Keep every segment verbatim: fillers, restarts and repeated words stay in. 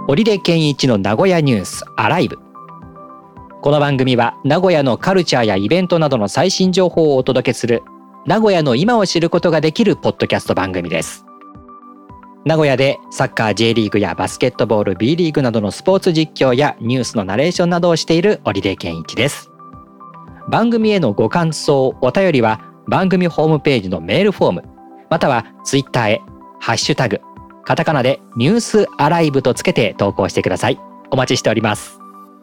織出健一の名古屋ニュースアライブ。この番組は名古屋のカルチャーやイベントなどの最新情報をお届けする名古屋の今を知ることができるポッドキャスト番組です。名古屋でサッカー J リーグやバスケットボール B リーグなどのスポーツ実況やニュースのナレーションなどをしている織出健一です。番組へのご感想お便りは番組ホームページのメールフォームまたはツイッターへハッシュタグカタカナでニュースアライブとつけて投稿してください。お待ちしております。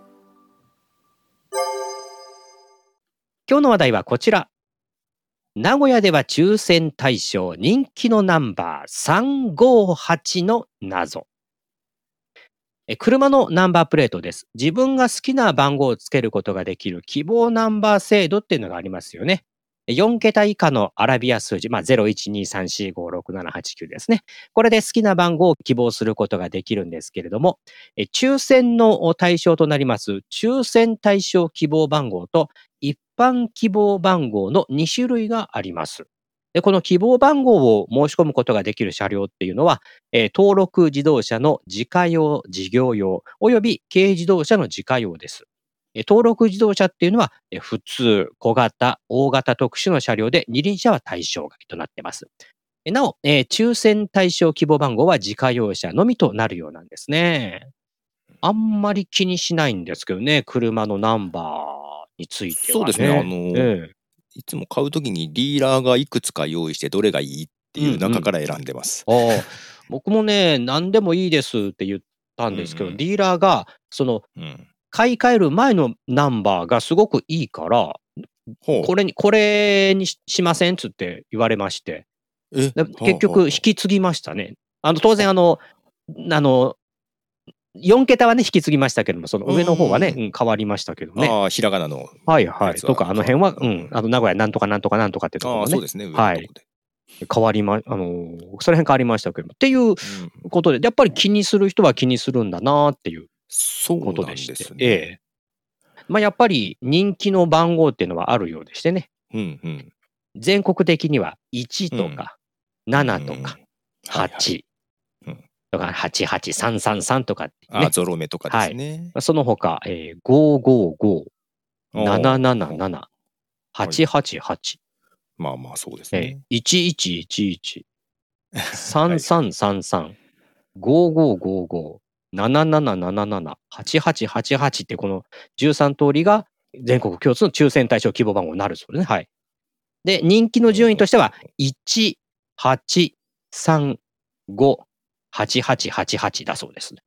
今日の話題はこちら。名古屋では抽選対象人気のナンバーさんごはちの謎。え車のナンバープレートです。自分が好きな番号をつけることができる希望ナンバー制度っていうのがありますよね。よん桁以下のアラビア数字、まあ、ゼロ、いち、に、さん、よん、ご、ろく、なな、はち、きゅうですね。これで好きな番号を希望することができるんですけれども、え抽選の対象となります抽選対象希望番号と一般希望番号のに種類があります。でこの希望番号を申し込むことができる車両っていうのは、えー登録自動車の自家用、事業用、および軽自動車の自家用です。えー登録自動車っていうのは、えー普通、小型、大型特殊の車両で二輪車は対象外となっています。えーなお、えー抽選対象希望番号は自家用車のみとなるようなんですね。あんまり気にしないんですけどね、車のナンバーについてはね。 そうですね、あのええいつも買うときにディーラーがいくつか用意してどれがいいっていう中から選んでます。 ああ、僕もね、何でもいいですって言ったんですけど、 うんうんディーラーが、その、 うん。 買い替える前のナンバーがすごくいいから、 ほう。 これに、これにししませんつって言われまして、 え、 ではあ結局はあ引き継ぎましたね。あの、当然あの、あの、よん桁はね、引き継ぎましたけども、その上の方はね、 うんうん、変わりましたけどね。 ああ、ひらがなのはいはい。 やつはとか、あの辺は、う変わん、あの、名古屋なんとかなんとかなんとかってとこああ、 ろね。 そうですね、上のはい。 とこで。 変わりま、あのーその辺変わりましたけども。っていううん、 ことで、やっぱり気にする人は気にするんだなっていうそうことなんででして。 すええ。 ね。 まあ、やっぱり人気の番号っていうのはあるようでしてね。 うんうん。 全国的にはいちうんとかななとうんかはいはい。 はちうんとかはちはちさんさんさんとかってああ、 ね。 ゾロ目とかではい。 すね。 その他、えー、ごーごーごー、 おーなななななな、 ははいちはちはち、 まあまあ、そうですえーね。 いちいちいちいち、 はいさんさんさんさん、ごーごーごーごー、なななななななな、はちはちはちはちってこのじゅうさん通りが全国共通の抽選対象希望番号になるそうですね。はい。で、人気の順位としては、いち、はち、さん、ご、はちはちはちはちだそうですね。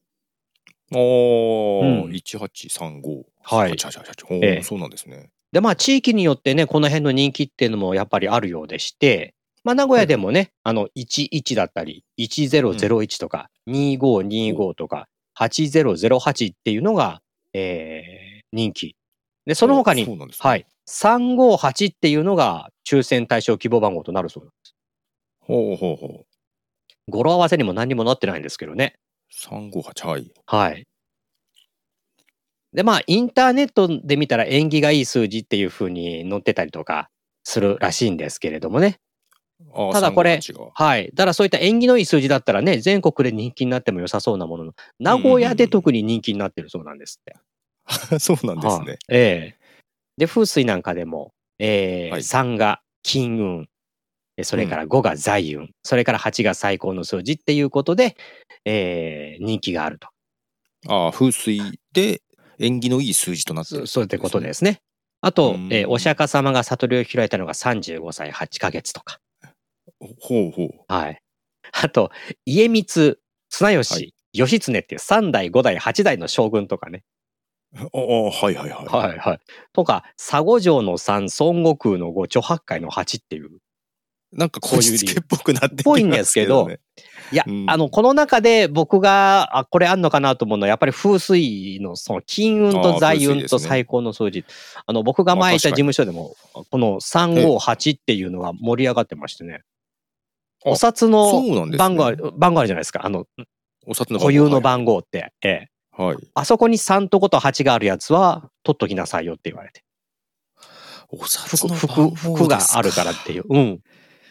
おー、 うんいちはちさんご、 はいはちはちはちはち。おええー、そうなんですね。 で、まあ、地域によってね、この辺の人気っていうのもやっぱりあるようでして、まあ、名古屋でもね、あの、いちいちだったり、いちぜろぜろいちとか、にごにごとか、はちぜろぜろはちっていうのが、えー人気。で、その他に、 そうなんですね。 はい、さんごはちっていうのが抽選対象希望番号となるそうなんです。 ほうほうほう。 語呂合わせにも何にもなってないんですけどね。 さんごはち、はい。 はい。で、まあ、インターネットで見たら縁起がいい数字っていう風に載ってたりとかするらしいんですけれどもね。 ああ、 ただこれさんごはちが。 はい。ただそういった縁起のいい数字だったらね、全国で人気になっても良さそうなものの、名古屋で特に人気になってるそうなんですって。 そうなんですはいね。 ええで、風水なんかでも、えーはいさんが金運、でそれからごが財運、それからはちが最高の数字っていうことで、えー人気があると。 ああ、風水で縁起のいい数字となってるそそうってことですね。あと、えーお釈迦様が悟りを開いたのがさんじゅうごさいはちかげつとか。 ほうほう。 はい。あと、家光、綱吉、 はい義経っていうさんだい、ごだい、はちだいの将軍とかね。 ああ、はいはいはい。 はいはい。とか、佐護城のさん、孫悟空のご、著八海のはちっていう。 なんかこじつけっぽくなってきぽいんまですけどすけどね。 いや、 うんあの、この中で僕が、あ、これあんのかなと思うのは、やっぱり風水のその金運と財運と最高の数字。あの、僕が前いた事務所でも、このさんごはちっていうのが盛り上がってましてね。 あお札のそうなんですね番号ある、番号あるじゃないですか。あの、 お札の固有の番号って。ええ。 はい。 あそこにさんとごとはちがあるやつは、取っときなさいよって言われて。 お札の服、 番号服、服がですかあるからっていう。うん。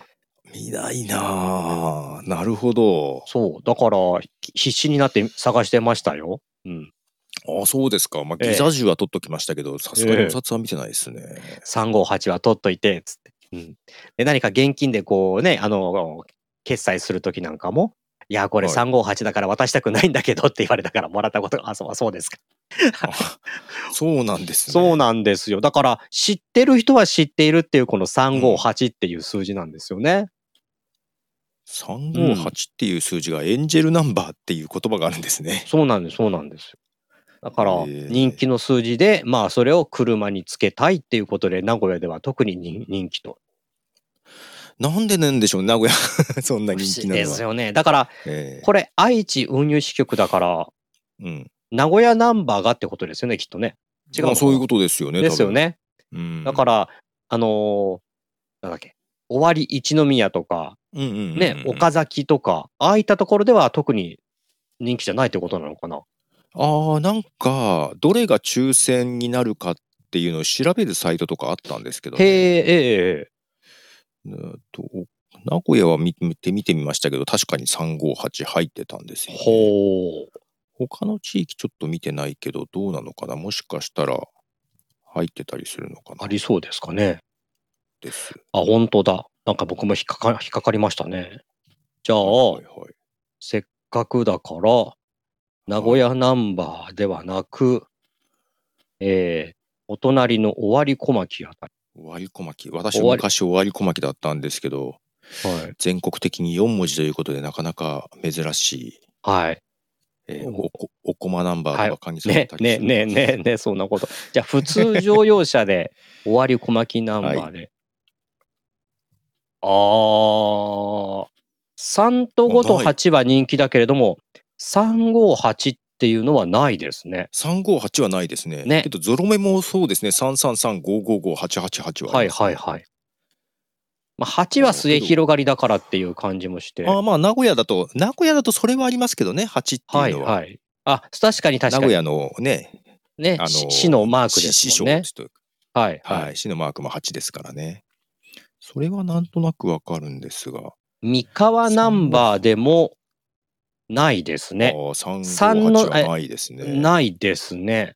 見ないなぁ。なるほど。 そう。だから、必死になって探してましたよ。うん。 ああ、そうですか。まあ、 ええギザ銃は取っときましたけど、さすがにええお札は見てないですね。 さんごはちは取っといて、つって。うん。で、何か現金でこうね、あの、決済するときなんかも、いや、これはいさんごはちだから渡したくないんだけどって言われたからもらったことが、あ、そう、そうですか。 あそうなんですね。 そうなんですよ。だから、知ってる人は知っているっていうこのさんごはちっていう数字なんですよね。 さんごはちっていう数字がエンジェルナンバーっていう言葉があるんですね。 そうなんです、そうなんですよ。だからへえ人気の数字で、まあそれを車につけたいっていうことで、名古屋では特に人人気と。 なんでなんでしょう、名古屋そんな不思議人気なのは。 ですよね。だから、 ええこれ愛知運輸支局だから、 うん。 名古屋ナンバーがってことですよね、きっとね。違うまあのかなそういうことですよね、多分。 ですよね。 うん。 だから、あのーなんだっけ、尾張一宮とか、 うんうんうんうん、 ね、岡崎とか、ああいったところでは特に人気じゃないってことなのかな。 ああ、なんか、どれが抽選になるかっていうのを調べるサイトとかあったんですけどね。 へえ、ええ、ええ。 えーと名古屋は見て見てみましたけど、確かにさんごはち入ってたんですよね。 ほう。 他の地域ちょっと見てないけど、どうなのかな、もしかしたら入ってたりするのかなありそうですかね。 です。 あ、本当だ。なんか僕も引っかか、引っかかりましたね。じゃあ、 はいはいはい。 せっかくだから、名古屋ナンバーではなく、えー、お隣の尾張小牧あたり。 終わり小牧。私は終わり昔終わり小牧だったんですけど、 はい。 全国的によん文字ということでなかなか珍しい、 はい。 えーおおこおこまナンバはいーとか加味されねた、りねするねねね、そんなこと。じゃあ、普通乗用車で、尾張小牧ナンバーで。あー、さんとごとはちは人気だけれども、さんごはちっていうのはないですね。 さんごはちはないですね。 ねけどゾロ目もそうですね。さんさんさんごごごはちはちはちはあはいりますね。 はいはい。まあ、はちは末広がりだからっていう感じもして。 ああ、まあ名古屋だと、名古屋だとそれはありますけどね、はちってはいいうのは。 はい。あ、確かに確かに。 名古屋のね、 ね、 あのし市のマークですもんね。 市市はいは。 はいい、市のマークもはちですからね。それはなんとなくわかるんですが。 三河ナンバーでもないですね。 ああ、さんさんのごはちはないですね。 ないですね。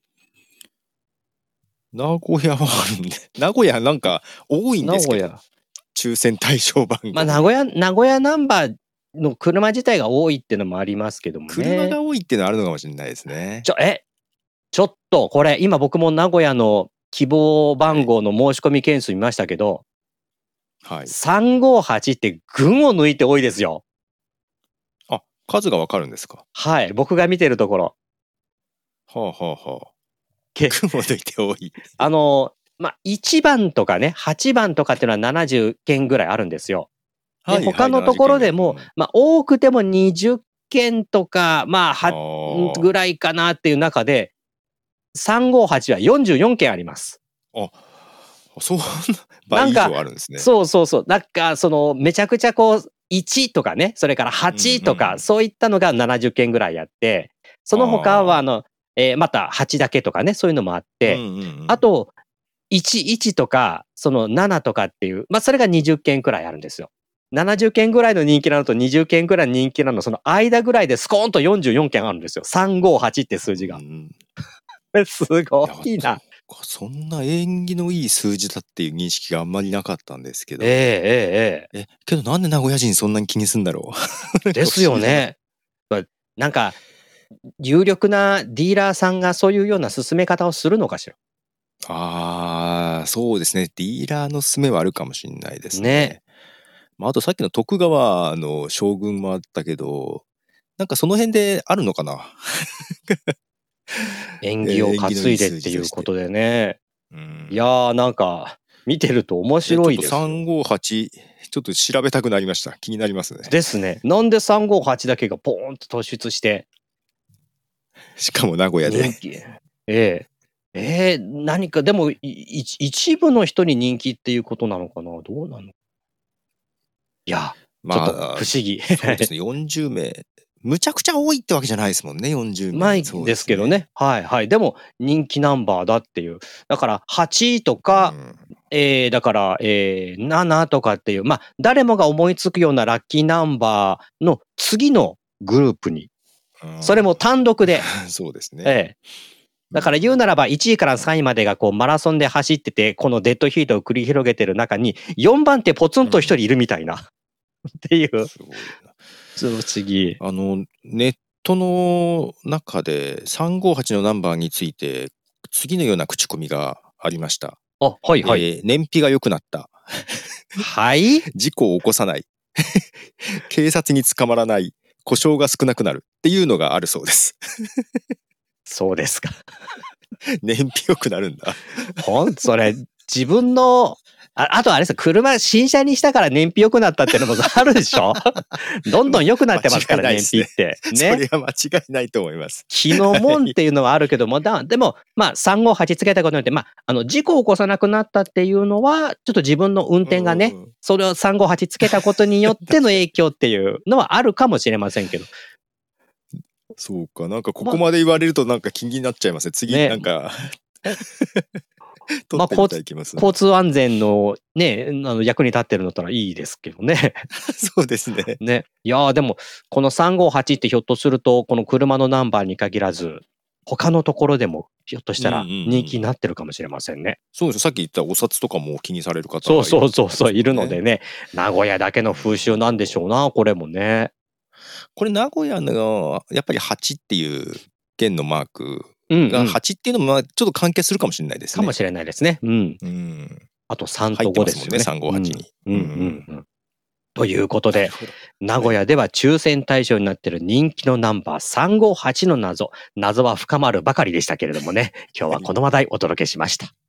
名古屋はあるんで、名古屋なんか多いんですけど、 名古屋。 抽選対象番号。 まあ、名古屋、名古屋ナンバーの車自体が多いっていうのもありますけどもね。 車が多いっていうのはあるのかもしれないですね。 ちょ、え、ちょっと、これ、今僕も名古屋の希望番号の申し込み件数見ましたけど、 はい。 さんごはちって群を抜いて多いですよ。 あ、数がわかるんですか。 はい。僕が見てるところ。 はあはあはあ。 け雲抜いて多い。 あの、まあ、いちばんとかね、はちばんとかっていうのはななじゅっけんぐらいあるんですよ。で、 はいはい他のところでも、 ななじゅっけんまあ、多くてもにじゅっけんとか、まあ、は、 あーぐらいかなっていう中で、さんごはちはよんじゅうよんけんあります。 あ、そんな倍以上あるんですね。 そうそうそう。なんか、その、めちゃくちゃこう、いちとかね、それからはちとか、 うんうんそういったのがななじゅっけんぐらいあって、その他は、あの、えーまたはちだけとかね、そういうのもあって、 うんうんうんあと、いち、いちとか、そのななとかっていう、まあ、それがにじゅっけんくらいあるんですよ。ななじゅっけんぐらいの人気なのとにじゅっけんくらいの人気なの、その間ぐらいでスコーンとよんじゅうよんけんあるんですよ。さんごはちって数字がう。んすごいな。 そんな縁起のいい数字だっていう認識があんまりなかったんですけど。 ええええええ、けどなんで名古屋人そんなに気にすんだろう。 え。ですよね。なんか、有力なディーラーさんがそういうような進め方をするのかしら。 ああ、そうですね。ディーラーの勧めはあるかもしれないですね。 ね。 まあ、あとさっきの徳川の将軍もあったけど、なんかその辺であるのかな。 縁起を担いでっていうことでね。 うん、 いやーなんか見てると面白いですよ。 ちょっとさんごはちちょっと調べたくなりました。気になりますね。 ですね。なんでさんごはちだけがポーンと突出して。 しかも名古屋で。 人気。ええええ何かでもいい一部の人に人気っていうことなのかな。どうなの。いや、ちょっと不思議。 そうですね。よんじゅうめい。むちゃくちゃ多いってわけじゃないですもんね。よんじゅうめい。 ないですけどね。はいはい。でも人気ナンバーだっていう。だからはちいとか、 えー、だから、えー、ななとかっていう、まあ、誰もが思いつくようなラッキーナンバーの次のグループに、それも単独で。 そうですね。 えー、だから言うならばいちいからさんいまでがこうマラソンで走ってて、このデッドヒートを繰り広げてる中に、よんばん手ポツンとひとりいるみたいな。っていう。 すごいな。 不思議。 あの、ネットの中でさんごはちのナンバーについて、次のような口コミがありました。 あ、はいはい。 えー、燃費が良くなった。 はい事故を起こさない。警察に捕まらない。故障が少なくなるっていうのがあるそうです。 そうですか。 燃費良くなるんだ。 ほん、それ、自分の、あ, あとあれですよ、車新車にしたから燃費良くなったっていうのもあるでしょどんどん良くなってますから、 まあ、 燃費って。ね。 それは間違いないと思います。 気のもんっていうのはあるけども、だでも、まあ、さんごはちつけたことによって、まあ、あの、事故を起こさなくなったっていうのは、ちょっと自分の運転がね、それをさんごはちつけたことによっての影響っていうのはあるかもしれませんけど。 そうか、なんかここまで言われるとなんか気になっちゃいますね。次、ね、なんかまあ、交通安全のね、あの役に立ってるのったらいいですけどね。 そうですね。 ね。いやーでも、このさんごはちってひょっとすると、この車のナンバーに限らず、他のところでもひょっとしたら人気になってるかもしれませんね。うんうんうん、 そうです。さっき言ったお札とかも気にされる方がいる、 そうそうそうそう、いるのでね。名古屋だけの風習なんでしょうな、これもね。 これ名古屋のやっぱりはちっていう弦のマークがはちっていうのもちょっと関係するかもしれないですね。 かもしれないですね。うん。 うん、 あとさんとごですよね。 さんごはちに。 うんうんうんうん。ということで、名古屋では抽選対象になっている人気のナンバーさんごはちの謎。謎は深まるばかりでしたけれどもね、今日はこの話題お届けしました。